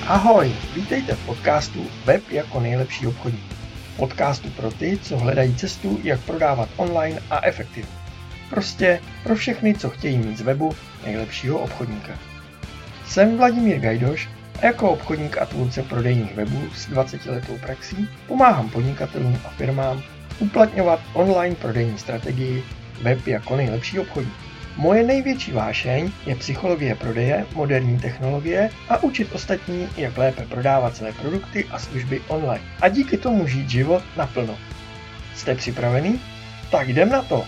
Ahoj, vítejte v podcastu Web jako nejlepší obchodník. Podcastu pro ty, co hledají cestu, jak prodávat online a efektivně. Prostě pro všechny, co chtějí mít z webu nejlepšího obchodníka. Jsem Vladimír Gajdoš a jako obchodník a tvůrce prodejních webů s 20letou praxí pomáhám podnikatelům a firmám uplatňovat online prodejní strategii Web jako nejlepší obchodník. Moje největší vášeň je psychologie prodeje, moderní technologie a učit ostatní, jak lépe prodávat své produkty a služby online. A díky tomu žít život naplno. Jste připravený? Tak jdem na to!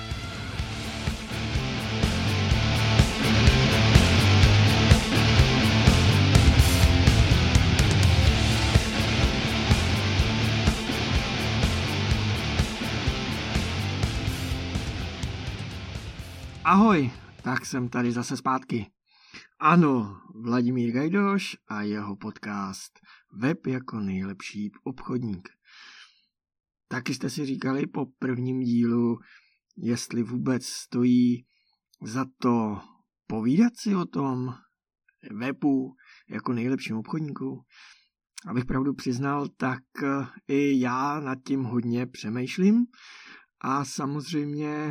Ahoj, tak jsem tady zase zpátky. Ano, Vladimír Gajdoš a jeho podcast Web jako nejlepší obchodník. Taky jste si říkali po prvním dílu, jestli vůbec stojí za to povídat si o tom webu jako nejlepším obchodníku. Abych pravdu přiznal, tak i já nad tím hodně přemýšlím a samozřejmě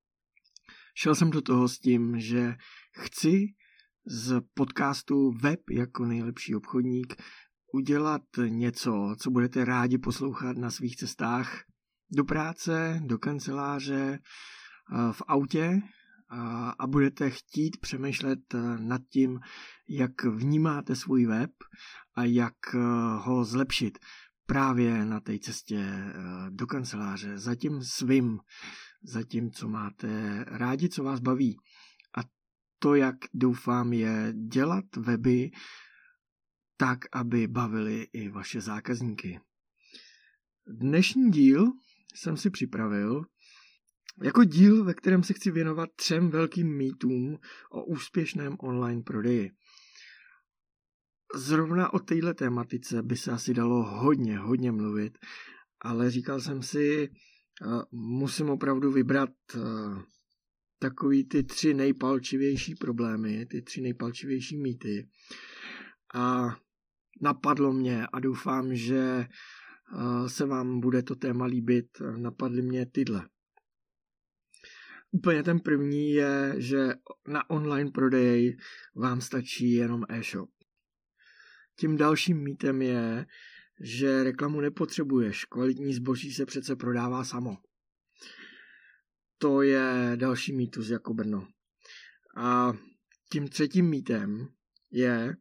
šel jsem do toho s tím, že chci z podcastu Web jako nejlepší obchodník udělat něco, co budete rádi poslouchat na svých cestách do práce, do kanceláře, v autě a budete chtít přemýšlet nad tím, jak vnímáte svůj web a jak ho zlepšit právě na té cestě do kanceláře, za tím svým, za tím, co máte rádi, co vás baví. A to, jak doufám, je dělat weby tak, aby bavili i vaše zákazníky. Dnešní díl jsem si připravil jako díl, ve kterém se chci věnovat 3 velkým mýtům o úspěšném online prodeji. Zrovna o téhle tématice by se asi dalo hodně mluvit, ale říkal jsem si, musím opravdu vybrat takový ty 3 nejpalčivější problémy, ty 3 nejpalčivější mýty. A napadlo mě a doufám, že se vám bude to téma líbit. Napadly mě tyhle. Úplně ten první je, že na online prodej vám stačí jenom e-shop. Tím dalším mýtem je, že reklamu nepotřebuješ, kvalitní zboží se přece prodává samo. To je další mýtus jako Brno. A tím třetím mýtem je,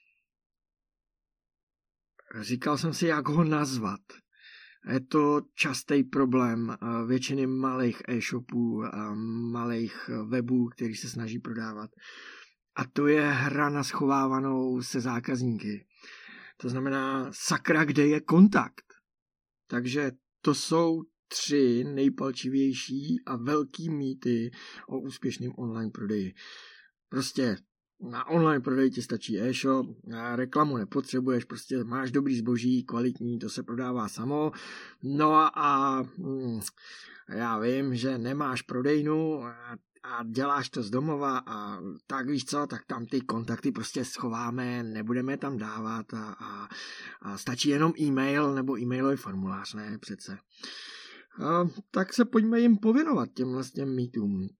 říkal jsem si, jak ho nazvat. Je to častý problém většiny malých e-shopů a malých webů, který se snaží prodávat. A to je hra na schovávanou se zákazníky. To znamená, sakra, kde je kontakt. Takže to jsou 3 nejpalčivější a velký mýty o úspěšném online prodeji. Prostě na online prodeji ti stačí e-shop, a reklamu nepotřebuješ, prostě máš dobrý zboží, kvalitní, to se prodává samo. No a já vím, že nemáš prodejnu a děláš to z domova a tak víš co, tak tam ty kontakty prostě schováme, nebudeme je tam dávat a stačí jenom e-mail nebo e-mailový formulář, ne přece. Tak se pojďme jim pověnovat těm mýtům.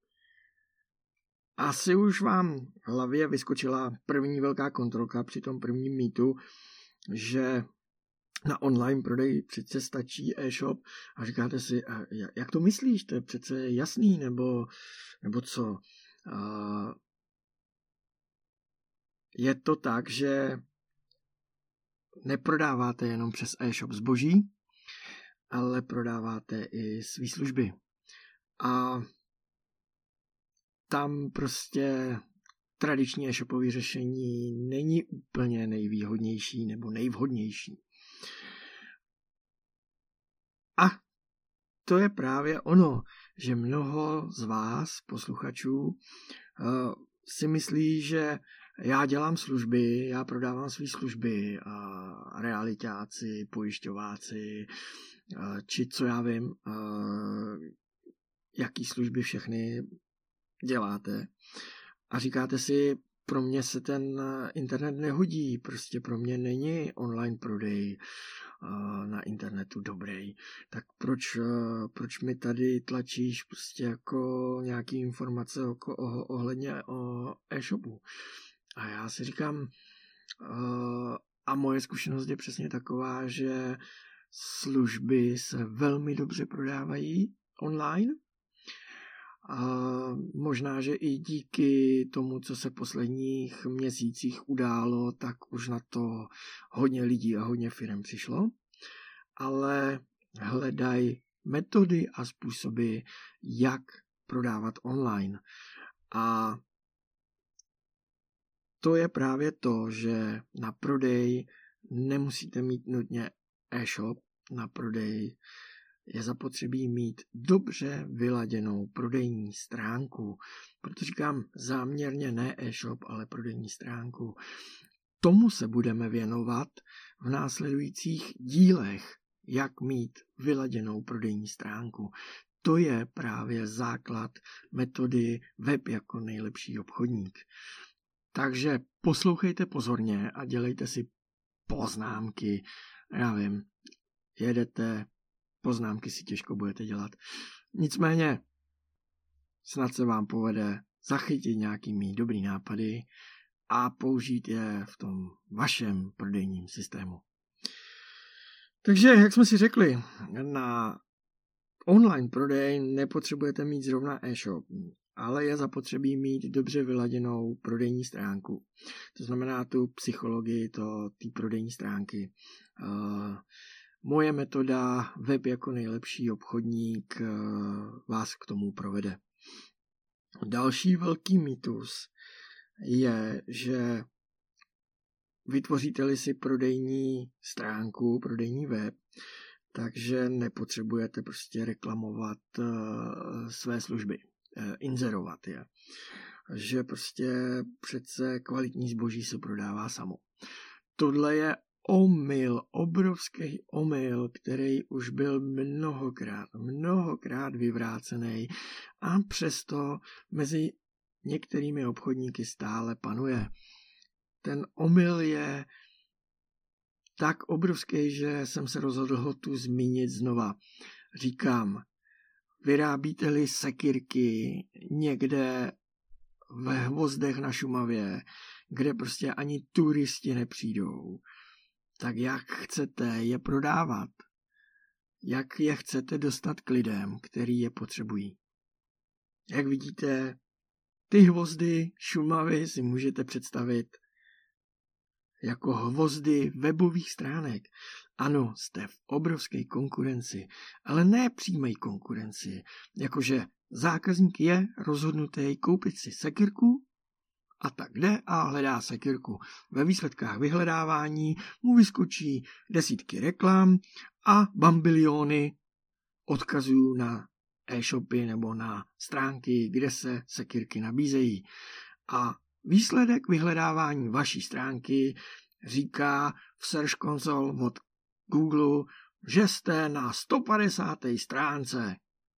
Asi už vám v hlavě vyskočila první velká kontrolka při tom prvním mýtu, že na online prodej přece stačí e-shop a říkáte si, jak to myslíš, to je přece jasný, nebo co? Je to tak, že neprodáváte jenom přes e-shop zboží, ale prodáváte i své služby. A tam prostě tradiční e-shopové řešení není úplně nejvýhodnější nebo nejvhodnější. A to je právě ono, že mnoho z vás, posluchačů, si myslí, že já dělám služby, já prodávám své služby, realitáci, pojišťováci, či co já vím, jaký služby všechny děláte. A říkáte si, pro mě se ten internet nehodí, prostě pro mě není online prodej na internetu dobrý. Tak proč mi tady tlačíš prostě jako nějaký informace ohledně e-shopu? A já si říkám, a moje zkušenost je přesně taková, že služby se velmi dobře prodávají online. Možná, že i díky tomu, co se v posledních měsících událo, tak už na to hodně lidí a hodně firm přišlo, ale hledají metody a způsoby, jak prodávat online. A to je právě to, že na prodej nemusíte mít nutně e-shop, na prodej je zapotřebí mít dobře vyladěnou prodejní stránku. Proto říkám záměrně ne e-shop, ale prodejní stránku. Tomu se budeme věnovat v následujících dílech, jak mít vyladěnou prodejní stránku. To je právě základ metody web jako nejlepší obchodník. Takže poslouchejte pozorně a dělejte si poznámky. Já vím, jedete, poznámky si těžko budete dělat. Nicméně snad se vám povede zachytit nějaký mý dobrý nápady a použít je v tom vašem prodejním systému. Takže, jak jsme si řekli, na online prodej nepotřebujete mít zrovna e-shop, ale je zapotřebí mít dobře vyladěnou prodejní stránku. To znamená tu psychologii té prodejní stránky. Moje metoda web jako nejlepší obchodník vás k tomu provede. Další velký mýtus je, že vytvoříte-li si prodejní stránku, prodejní web, takže nepotřebujete prostě reklamovat své služby, inzerovat je. Že prostě přece kvalitní zboží se prodává samo. Tohle je omyl, obrovský omyl, který už byl mnohokrát vyvrácený a přesto mezi některými obchodníky stále panuje. Ten omyl je tak obrovský, že jsem se rozhodl ho tu zmínit znova. Říkám, vyrábíte-li sekyrky někde ve Hvozdech na Šumavě, kde prostě ani turisti nepřijdou, tak jak chcete je prodávat? Jak je chcete dostat k lidem, který je potřebují? Jak vidíte, ty Hvozdy Šumavy si můžete představit jako hvozdy webových stránek. Ano, jste v obrovské konkurenci, ale ne přímé konkurenci, jakože zákazník je rozhodnutý koupit si sekyrku a tak jde a hledá sekyrku. Ve výsledkách vyhledávání mu vyskočí desítky reklam a bambiliony odkazů na e-shopy nebo na stránky, kde se sekyrky nabízejí. A výsledek vyhledávání vaší stránky říká v Search Console od Google, že jste na 150. stránce.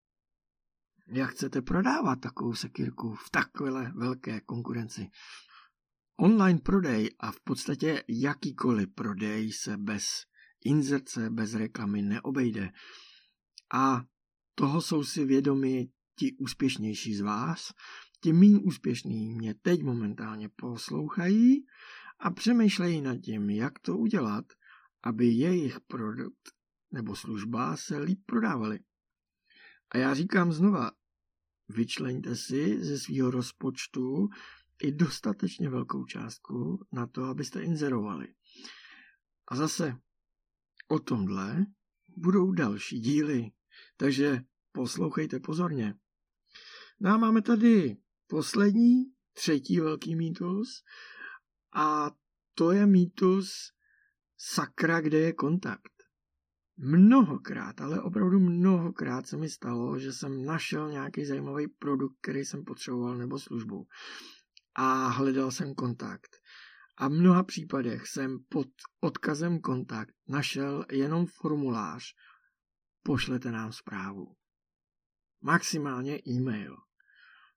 Jak chcete prodávat takovou sekyrku v takové velké konkurenci? Online prodej a v podstatě jakýkoliv prodej se bez inzerce, bez reklamy neobejde. A toho jsou si vědomi ti úspěšnější z vás. Ti méně úspěšní mě teď momentálně poslouchají a přemýšlejí nad tím, jak to udělat, aby jejich produkt nebo služba se líp prodávaly. A já říkám znova, vyčleňte si ze svého rozpočtu i dostatečně velkou částku na to, abyste inzerovali. A zase o tomhle budou další díly, takže poslouchejte pozorně. No a máme tady poslední, třetí velký mýtus a to je mýtus sakra, kde je kontakt. Mnohokrát, ale opravdu mnohokrát se mi stalo, že jsem našel nějaký zajímavý produkt, který jsem potřeboval nebo službu a hledal jsem kontakt. A v mnoha případech jsem pod odkazem kontakt našel jenom formulář pošlete nám zprávu. Maximálně e-mail.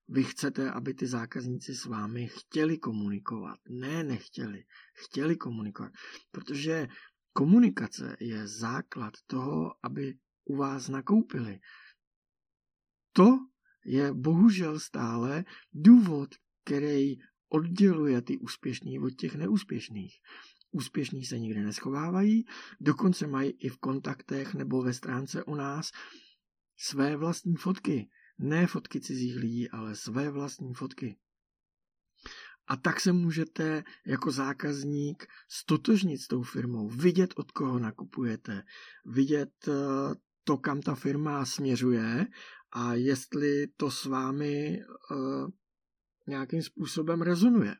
Vy chcete, aby ty zákazníci s vámi chtěli komunikovat. Ne, nechtěli. Chtěli komunikovat. Protože komunikace je základ toho, aby u vás nakoupili. To je bohužel stále důvod, který odděluje ty úspěšný od těch neúspěšných. Úspěšní se nikde neschovávají, dokonce mají i v kontaktech nebo ve stránce o nás své vlastní fotky. Ne fotky cizích lidí, ale své vlastní fotky. A tak se můžete jako zákazník stotožnit s tou firmou, vidět, od koho nakupujete, vidět to, kam ta firma směřuje a jestli to s vámi nějakým způsobem rezonuje.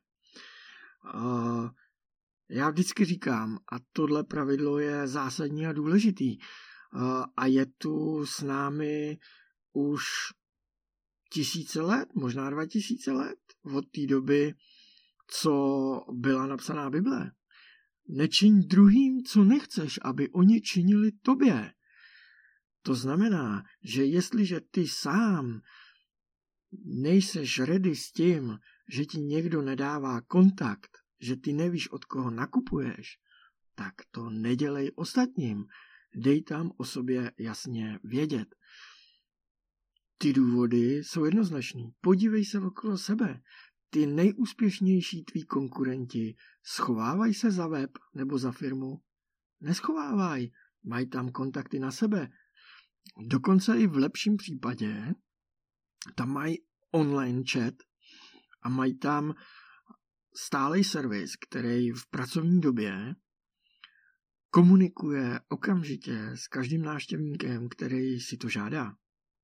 Já vždycky říkám, a tohle pravidlo je zásadní a důležitý, a je tu s námi už 1000 let, možná 2000 let od té doby, co byla napsaná Bible. Nečiň druhým, co nechceš, aby oni činili tobě. To znamená, že jestliže ty sám nejseš ready s tím, že ti někdo nedává kontakt, že ty nevíš, od koho nakupuješ, tak to nedělej ostatním. Dej tam o sobě jasně vědět. Ty důvody jsou jednoznačný. Podívej se okolo sebe. Ty nejúspěšnější tví konkurenti schovávají se za web nebo za firmu? Neschovávají. Mají tam kontakty na sebe. Dokonce i v lepším případě tam mají online chat a mají tam stálý servis, který v pracovní době komunikuje okamžitě s každým návštěvníkem, který si to žádá.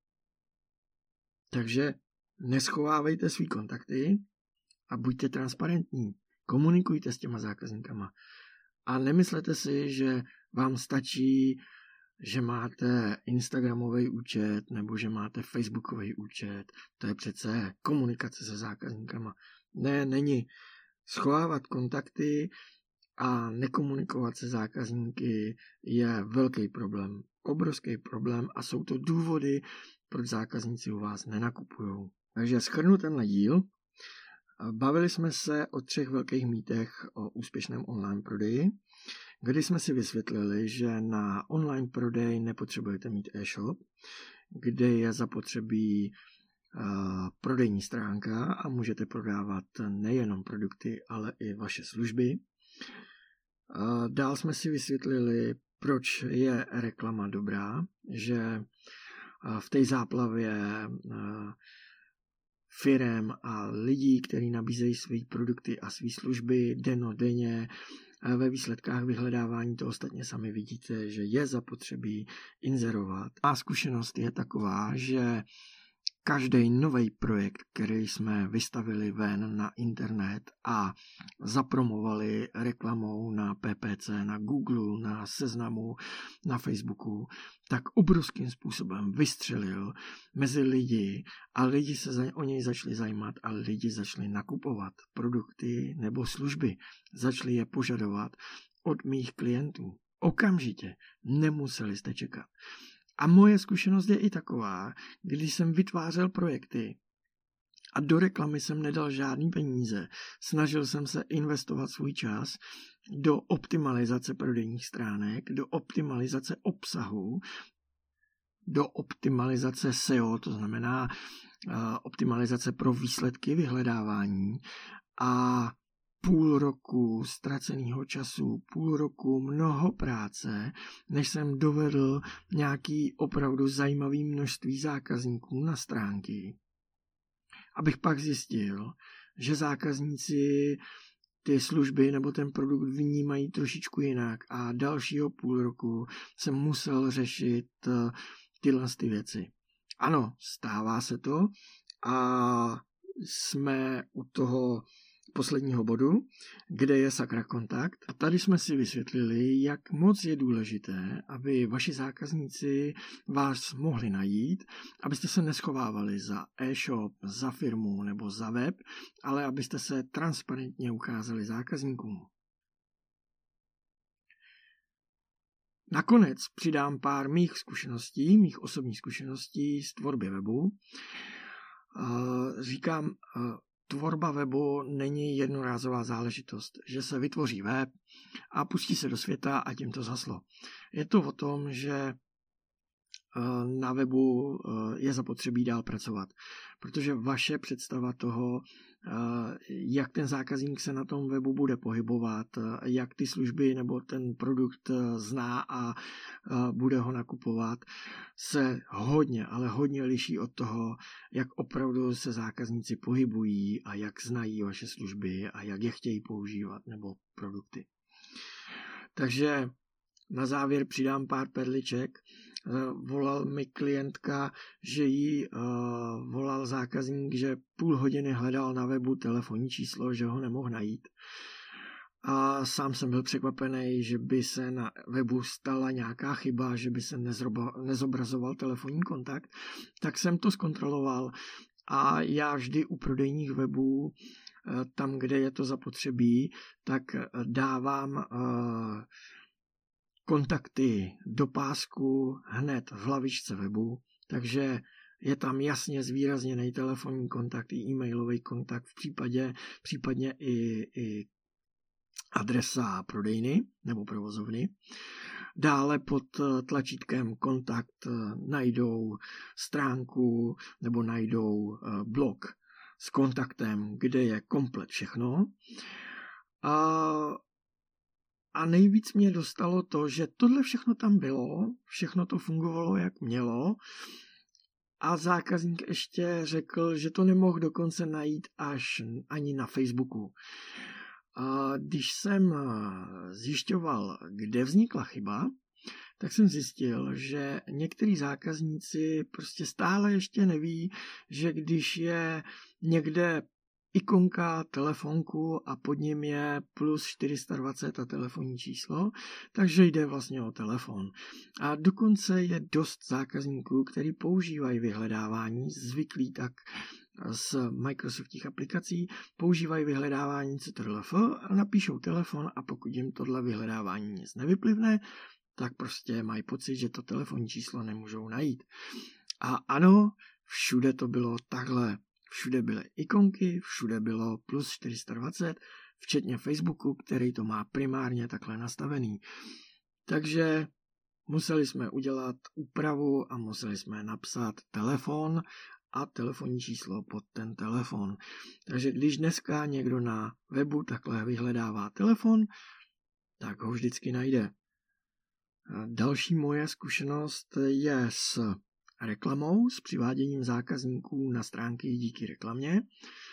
Takže neschovávejte svý kontakty a buďte transparentní. Komunikujte s těma zákazníkama. A nemyslete si, že vám stačí, že máte Instagramový účet nebo že máte Facebookový účet. To je přece komunikace se zákazníkama. Ne, není. Schovávat kontakty a nekomunikovat se zákazníky je velký problém. Obrovský problém a jsou to důvody, proč zákazníci u vás nenakupují. Takže shrnu tenhle díl. Bavili jsme se o 3 velkých mýtech o úspěšném online prodeji, kdy jsme si vysvětlili, že na online prodej nepotřebujete mít e-shop, kde je zapotřebí prodejní stránka a můžete prodávat nejenom produkty, ale i vaše služby. Dál jsme si vysvětlili, proč je reklama dobrá, že v té záplavě firem a lidí, kteří nabízejí své produkty a své služby dennodenně, ve výsledkách vyhledávání to ostatně sami vidíte, že je zapotřebí inzerovat. A zkušenost je taková, že každý nový projekt, který jsme vystavili ven na internet a zapromovali reklamou na PPC, na Google, na Seznamu, na Facebooku, tak obrovským způsobem vystřelil mezi lidi a lidi se o něj začali zajímat a lidi začali nakupovat produkty nebo služby. Začali je požadovat od mých klientů. Okamžitě, nemuseli jste čekat. A moje zkušenost je i taková, když jsem vytvářel projekty a do reklamy jsem nedal žádný peníze, snažil jsem se investovat svůj čas do optimalizace prodejních stránek, do optimalizace obsahu, do optimalizace SEO, to znamená optimalizace pro výsledky vyhledávání a půl roku ztraceného času, půl roku mnoho práce, než jsem dovedl nějaký opravdu zajímavý množství zákazníků na stránky. Abych pak zjistil, že zákazníci ty služby nebo ten produkt vnímají trošičku jinak a dalšího půl roku jsem musel řešit tyhle věci. Ano, stává se to a jsme u toho posledního bodu, kde je sakra kontakt. A tady jsme si vysvětlili, jak moc je důležité, aby vaši zákazníci vás mohli najít, abyste se neschovávali za e-shop, za firmu nebo za web, ale abyste se transparentně ukázali zákazníkům. Nakonec přidám pár mých osobních zkušeností z tvorby webu. Říkám, tvorba webu není jednorázová záležitost, že se vytvoří web a pustí se do světa a tím to zaslo. Je to o tom, že na webu je zapotřebí dál pracovat, protože vaše představa toho, jak ten zákazník se na tom webu bude pohybovat, jak ty služby nebo ten produkt zná a bude ho nakupovat, se hodně, ale hodně liší od toho, jak opravdu se zákazníci pohybují a jak znají vaše služby a jak je chtějí používat nebo produkty. Takže na závěr přidám pár perliček. Volal mi klientka, že jí volal zákazník, že půl hodiny hledal na webu telefonní číslo, že ho nemohl najít. A sám jsem byl překvapený, že by se na webu stala nějaká chyba, že by se nezobrazoval telefonní kontakt. Tak jsem to zkontroloval a já vždy u prodejních webů, tam, kde je to zapotřebí, tak dávám kontakty do pásku hned v hlavičce webu, takže je tam jasně zvýrazněný telefonní kontakt i e-mailový kontakt, případně i adresa prodejny nebo provozovny. Dále pod tlačítkem kontakt najdou stránku nebo najdou blok s kontaktem, kde je komplet všechno. A nejvíc mě dostalo to, že tohle všechno tam bylo, všechno to fungovalo, jak mělo, a zákazník ještě řekl, že to nemohl dokonce najít až ani na Facebooku. A když jsem zjišťoval, kde vznikla chyba, tak jsem zjistil, že některý zákazníci prostě stále ještě neví, že když je někde ikonka telefonku a pod ním je plus 420 a telefonní číslo, takže jde vlastně o telefon. A dokonce je dost zákazníků, který používají vyhledávání, zvyklí tak z Microsoftích aplikací, používají vyhledávání CTRL-F a napíšou telefon a pokud jim tohle vyhledávání nic nevyplivne, tak prostě mají pocit, že to telefonní číslo nemůžou najít. A ano, všude to bylo takhle. Všude byly ikonky, všude bylo plus 420, včetně Facebooku, který to má primárně takhle nastavený. Takže museli jsme udělat úpravu a museli jsme napsat telefon a telefonní číslo pod ten telefon. Takže když dneska někdo na webu takhle vyhledává telefon, tak ho vždycky najde. Další moje zkušenost je s reklamou, s přiváděním zákazníků na stránky díky reklamě.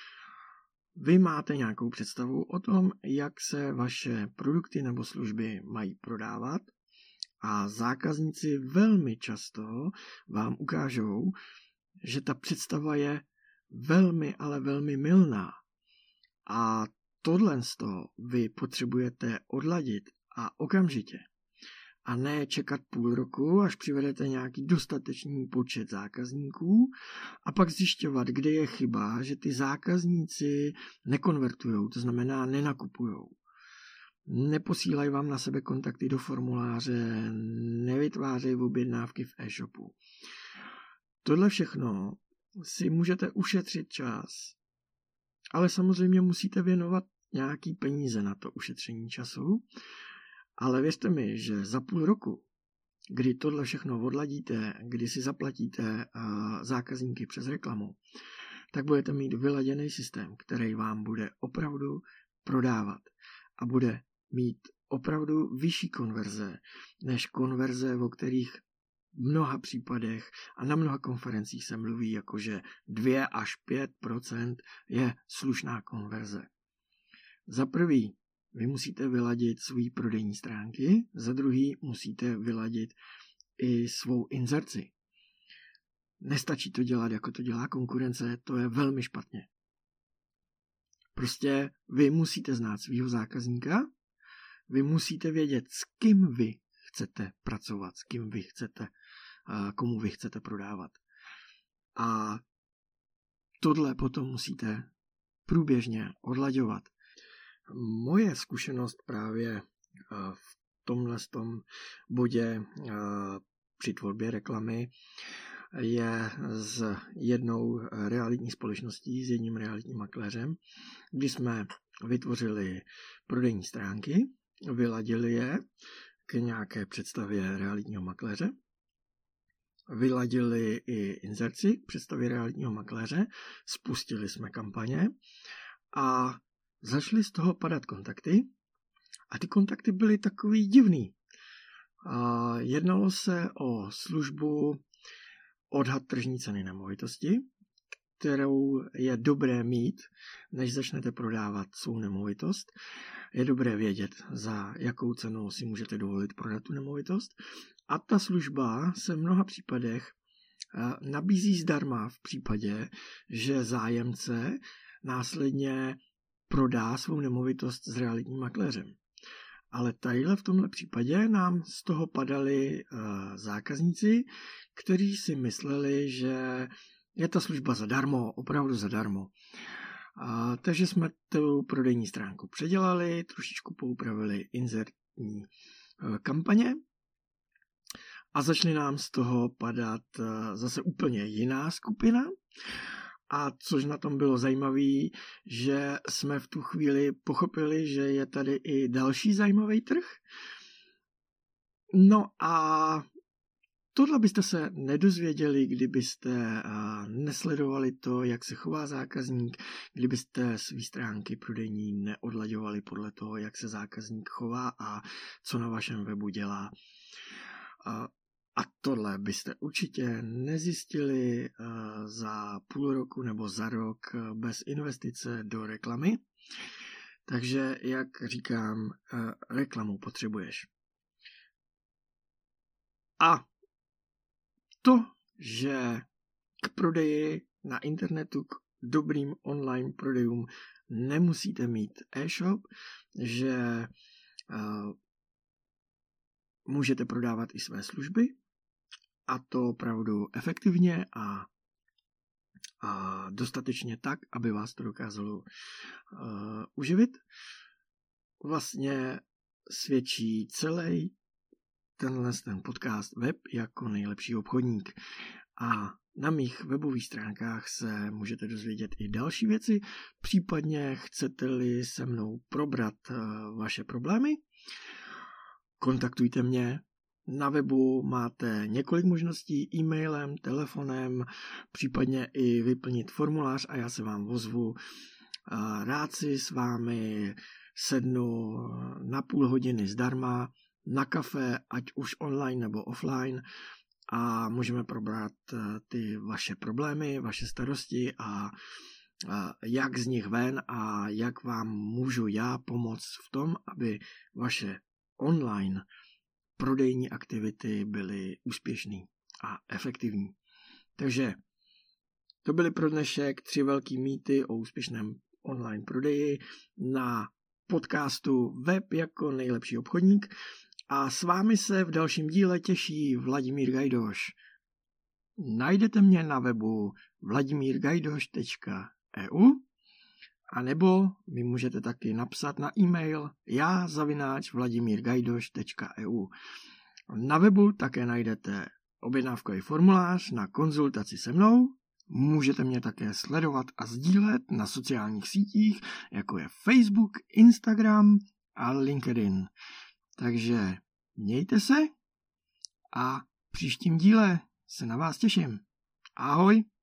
Vy máte nějakou představu o tom, jak se vaše produkty nebo služby mají prodávat a zákazníci velmi často vám ukážou, že ta představa je velmi, ale velmi mylná. A tohle vy potřebujete odladit a okamžitě. A ne čekat půl roku, až přivedete nějaký dostatečný počet zákazníků a pak zjišťovat, kde je chyba, že ty zákazníci nekonvertujou, to znamená nenakupujou. Neposílají vám na sebe kontakty do formuláře, nevytvářejí objednávky v e-shopu. Tohle všechno si můžete ušetřit čas, ale samozřejmě musíte věnovat nějaký peníze na to ušetření času. Ale věřte mi, že za půl roku, kdy tohle všechno odladíte, kdy si zaplatíte zákazníky přes reklamu, tak budete mít vyladěný systém, který vám bude opravdu prodávat a bude mít opravdu vyšší konverze, než konverze, o kterých v mnoha případech a na mnoha konferencích se mluví, jakože 2 až 5% je slušná konverze. Za prvý, vy musíte vyladit svý prodejní stránky, za druhý musíte vyladit i svou inzerci. Nestačí to dělat, jako to dělá konkurence, to je velmi špatně. Prostě vy musíte znát svýho zákazníka, vy musíte vědět, s kým vy chcete pracovat, s kým vy chcete, komu vy chcete prodávat. A tohle potom musíte průběžně odlaďovat. Moje zkušenost právě v tomhle bodě při tvorbě reklamy je s jednou realitní společností, s jedním realitním makléřem, kdy jsme vytvořili prodejní stránky, vyladili je k nějaké představě realitního makléře, vyladili i inzerci k představě realitního makléře, spustili jsme kampaně a začaly z toho padat kontakty a ty kontakty byly takový divný. Jednalo se o službu odhad tržní ceny nemovitosti, kterou je dobré mít, než začnete prodávat svou nemovitost. Je dobré vědět, za jakou cenu si můžete dovolit prodat tu nemovitost. A ta služba se v mnoha případech nabízí zdarma v případě, že zájemce následně prodá svou nemovitost s realitním makléřem. Ale tadyhle v tomhle případě nám z toho padali zákazníci, kteří si mysleli, že je ta služba zadarmo, opravdu zadarmo. Takže jsme tu prodejní stránku předělali, trošičku poupravili inzertní kampaně a začaly nám z toho padat zase úplně jiná skupina. A což na tom bylo zajímavé, že jsme v tu chvíli pochopili, že je tady i další zajímavý trh. No a tohle byste se nedozvěděli, kdybyste nesledovali to, jak se chová zákazník, kdybyste svý stránky prodejní neodlaďovali podle toho, jak se zákazník chová a co na vašem webu dělá. A tohle byste určitě nezjistili za půl roku nebo za rok bez investice do reklamy. Takže, jak říkám, reklamu potřebuješ. A to, že k prodeji na internetu, k dobrým online prodejům nemusíte mít e-shop, že můžete prodávat i své služby, a to opravdu efektivně a dostatečně tak, aby vás to dokázalo uživit. Vlastně svědčí celý ten podcast Web jako nejlepší obchodník. A na mých webových stránkách se můžete dozvědět i další věci, případně chcete-li se mnou probrat vaše problémy, kontaktujte mě. Na webu máte několik možností e-mailem, telefonem, případně i vyplnit formulář a já se vám ozvu. Rád si s vámi sednu na půl hodiny zdarma na kafe, ať už online nebo offline, a můžeme probrat ty vaše problémy, vaše starosti a jak z nich ven a jak vám můžu já pomoct v tom, aby vaše online prodejní aktivity byly úspěšný a efektivní. Takže to byly pro dnešek 3 velký mýty o úspěšném online prodeji na podcastu Web jako nejlepší obchodník. A s vámi se v dalším díle těší Vladimír Gajdoš. Najdete mě na webu vladimirgajdoš.eu a nebo mi můžete taky napsat na e-mail ja@vladimirgajdoš.eu. Na webu také najdete objednávkový formulář na konzultaci se mnou. Můžete mě také sledovat a sdílet na sociálních sítích, jako je Facebook, Instagram a LinkedIn. Takže mějte se a v příštím díle se na vás těším. Ahoj!